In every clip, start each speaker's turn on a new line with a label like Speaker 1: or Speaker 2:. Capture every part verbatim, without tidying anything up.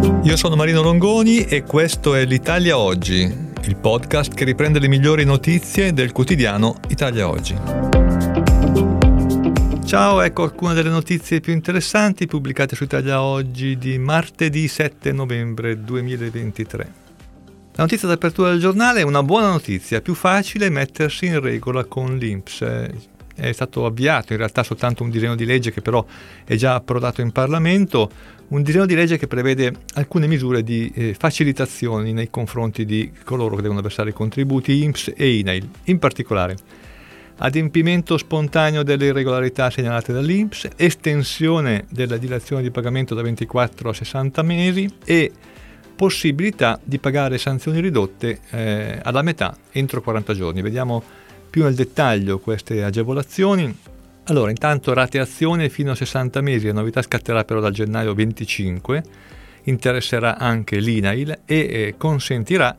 Speaker 1: Io sono Marino Longoni e questo è l'Italia Oggi, il podcast che riprende le migliori notizie del quotidiano Italia Oggi. Ciao, ecco alcune delle notizie più interessanti pubblicate su Italia Oggi di martedì sette novembre duemilaventitré. La notizia d'apertura del giornale è una buona notizia, è più facile mettersi in regola con l'I N P S. È stato avviato in realtà soltanto un disegno di legge che però è già approdato in Parlamento, un disegno di legge che prevede alcune misure di eh, facilitazioni nei confronti di coloro che devono versare i contributi I N P S e I N A I L. In particolare, adempimento spontaneo delle irregolarità segnalate dall'I N P S, estensione della dilazione di pagamento da ventiquattro a sessanta mesi e possibilità di pagare sanzioni ridotte eh, alla metà entro quaranta giorni. Vediamo più nel dettaglio queste agevolazioni. Allora, intanto rateazione fino a sessanta mesi, la novità scatterà però dal gennaio venticinque, interesserà anche l'I N A I L e eh, consentirà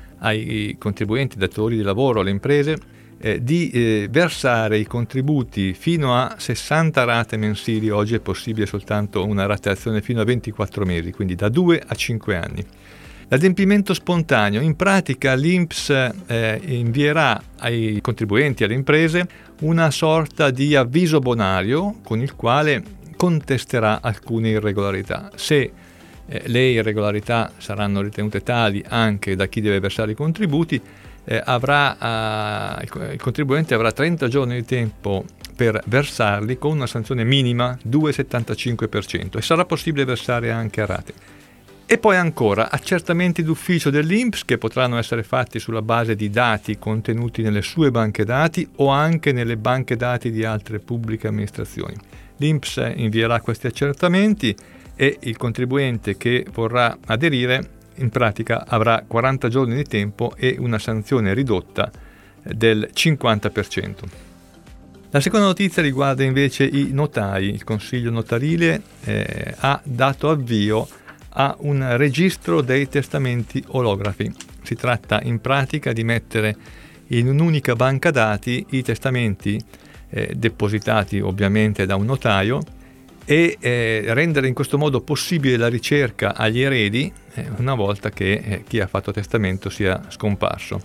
Speaker 1: ai contribuenti, datori di lavoro, alle imprese eh, di eh, versare i contributi fino a sessanta rate mensili. Oggi è possibile soltanto una rateazione fino a ventiquattro mesi, quindi da due a cinque anni. L'adempimento spontaneo, in pratica l'I N P S eh, invierà ai contribuenti e alle imprese una sorta di avviso bonario con il quale contesterà alcune irregolarità. Se eh, le irregolarità saranno ritenute tali anche da chi deve versare i contributi, eh, avrà, eh, il contribuente avrà trenta giorni di tempo per versarli con una sanzione minima due virgola settantacinque per cento e sarà possibile versare anche a rate. E poi ancora accertamenti d'ufficio dell'I N P S che potranno essere fatti sulla base di dati contenuti nelle sue banche dati o anche nelle banche dati di altre pubbliche amministrazioni. L'I N P S invierà questi accertamenti e il contribuente che vorrà aderire in pratica avrà quaranta giorni di tempo e una sanzione ridotta del cinquanta per cento. La seconda notizia riguarda invece i notai. Il Consiglio notarile eh, ha dato avvio a un registro dei testamenti olografi. Si tratta in pratica di mettere in un'unica banca dati i testamenti eh, depositati ovviamente da un notaio e eh, rendere in questo modo possibile la ricerca agli eredi eh, una volta che eh, chi ha fatto testamento sia scomparso.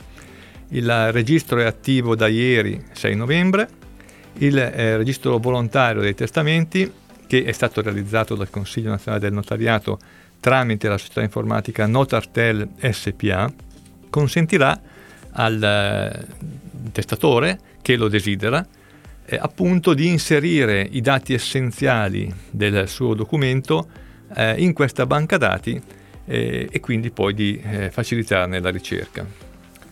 Speaker 1: Il registro è attivo da ieri sei novembre. Il eh, registro volontario dei testamenti, che è stato realizzato dal Consiglio nazionale del notariato tramite la società informatica Notartel S P A, consentirà al eh, testatore che lo desidera eh, appunto di inserire i dati essenziali del suo documento eh, in questa banca dati eh, e quindi poi di eh, facilitarne la ricerca.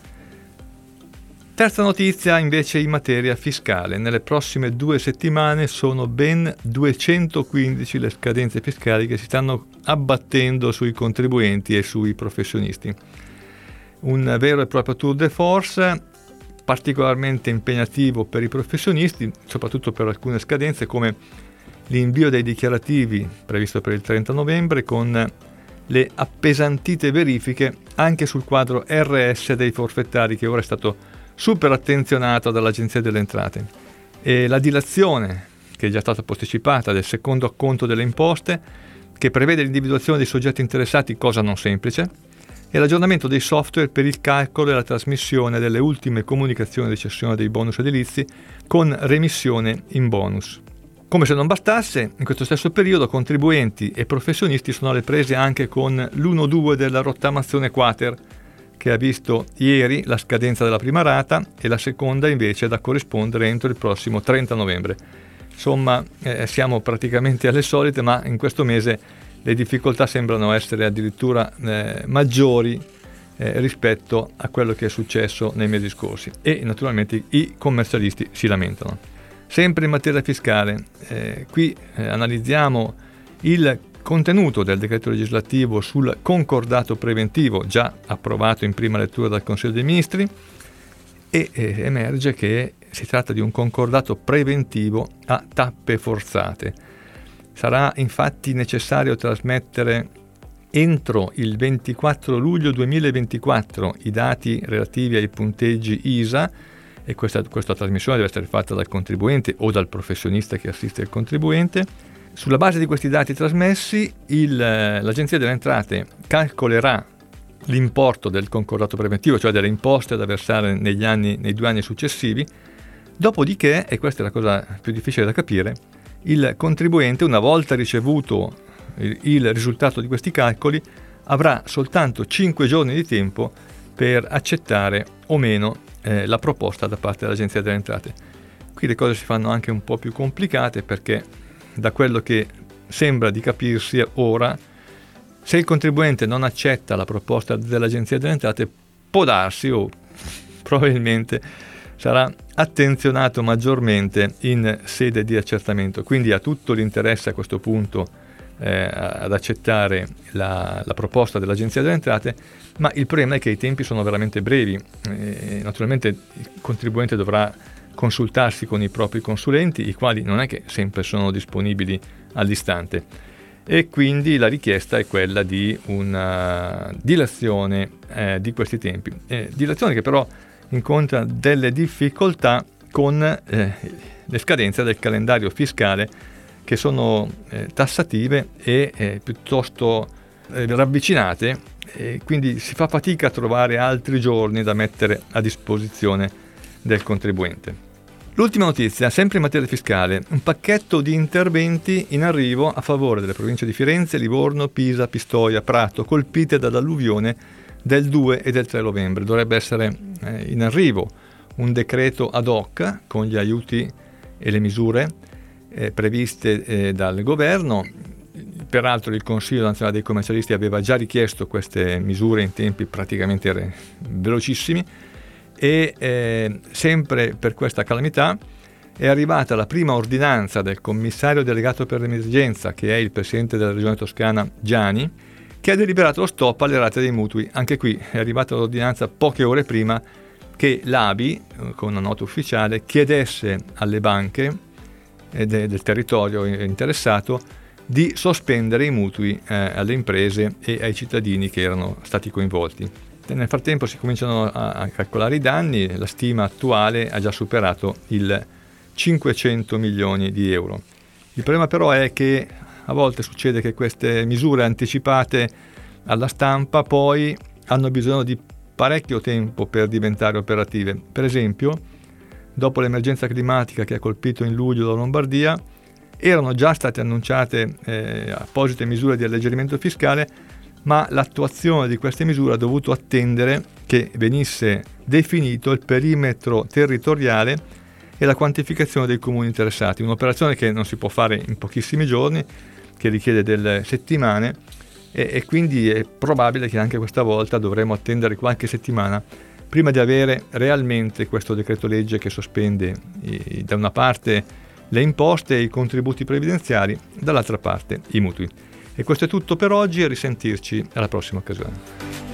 Speaker 1: Terza notizia invece in materia fiscale. Nelle prossime due settimane sono ben duecentoquindici le scadenze fiscali che si stanno abbattendo sui contribuenti e sui professionisti. Un vero e proprio tour de force, particolarmente impegnativo per i professionisti, soprattutto per alcune scadenze come l'invio dei dichiarativi previsto per il trenta novembre con le appesantite verifiche anche sul quadro R S dei forfettari che ora è stato super attenzionato dall'Agenzia delle Entrate, e la dilazione che è già stata posticipata del secondo acconto delle imposte che prevede l'individuazione dei soggetti interessati, cosa non semplice, e l'aggiornamento dei software per il calcolo e la trasmissione delle ultime comunicazioni di cessione dei bonus edilizi con remissione in bonus. Come se non bastasse, in questo stesso periodo contribuenti e professionisti sono alle prese anche con l'uno due della rottamazione quater, che ha visto ieri la scadenza della prima rata e la seconda invece da corrispondere entro il prossimo trenta novembre. Insomma, eh, siamo praticamente alle solite, ma in questo mese le difficoltà sembrano essere addirittura eh, maggiori eh, rispetto a quello che è successo nei mesi scorsi e naturalmente i commercialisti si lamentano. Sempre in materia fiscale, eh, qui eh, analizziamo il contenuto del decreto legislativo sul concordato preventivo già approvato in prima lettura dal Consiglio dei Ministri e eh, emerge che si tratta di un concordato preventivo a tappe forzate. Sarà infatti necessario trasmettere entro il ventiquattro luglio duemilaventiquattro i dati relativi ai punteggi I S A e questa, questa trasmissione deve essere fatta dal contribuente o dal professionista che assiste il contribuente. Sulla base di questi dati trasmessi, il, l'Agenzia delle Entrate calcolerà l'importo del concordato preventivo, cioè delle imposte da versare negli anni, nei due anni successivi. Dopodiché, e questa è la cosa più difficile da capire, il contribuente, una volta ricevuto il, il risultato di questi calcoli, avrà soltanto cinque giorni di tempo per accettare o meno eh, la proposta da parte dell'Agenzia delle Entrate. Qui le cose si fanno anche un po' più complicate, perché da quello che sembra di capirsi ora, se il contribuente non accetta la proposta dell'Agenzia delle Entrate, può darsi o probabilmente sarà attenzionato maggiormente in sede di accertamento. Quindi ha tutto l'interesse a questo punto eh, ad accettare la, la proposta dell'Agenzia delle Entrate, ma il problema è che i tempi sono veramente brevi. Eh, naturalmente il contribuente dovrà consultarsi con i propri consulenti, i quali non è che sempre sono disponibili all'istante, e quindi la richiesta è quella di una dilazione eh, di questi tempi, eh, dilazione che però incontra delle difficoltà con eh, le scadenze del calendario fiscale, che sono eh, tassative e eh, piuttosto eh, ravvicinate, e quindi si fa fatica a trovare altri giorni da mettere a disposizione del contribuente. L'ultima notizia, sempre in materia fiscale, un pacchetto di interventi in arrivo a favore delle province di Firenze, Livorno, Pisa, Pistoia, Prato, colpite dall'alluvione del due e del tre novembre. Dovrebbe essere eh, in arrivo un decreto ad hoc con gli aiuti e le misure eh, previste eh, dal governo. Peraltro il Consiglio nazionale dei commercialisti aveva già richiesto queste misure in tempi praticamente re- velocissimi. E eh, sempre per questa calamità è arrivata la prima ordinanza del commissario delegato per l'emergenza, che è il presidente della regione toscana Giani, che ha deliberato lo stop alle rate dei mutui. Anche qui è arrivata l'ordinanza poche ore prima che l'A B I, con una nota ufficiale, chiedesse alle banche eh, de- del territorio interessato di sospendere i mutui eh, alle imprese e ai cittadini che erano stati coinvolti. Nel frattempo si cominciano a calcolare i danni, la stima attuale ha già superato il cinquecento milioni di euro. Il problema però è che a volte succede che queste misure anticipate alla stampa poi hanno bisogno di parecchio tempo per diventare operative. Per esempio, dopo l'emergenza climatica che ha colpito in luglio la Lombardia, erano già state annunciate eh, apposite misure di alleggerimento fiscale, ma l'attuazione di queste misure ha dovuto attendere che venisse definito il perimetro territoriale e la quantificazione dei comuni interessati, un'operazione che non si può fare in pochissimi giorni, che richiede delle settimane, e, e quindi è probabile che anche questa volta dovremo attendere qualche settimana prima di avere realmente questo decreto legge che sospende i, da una parte le imposte e i contributi previdenziali, dall'altra parte i mutui. E questo è tutto per oggi, e risentirci alla prossima occasione.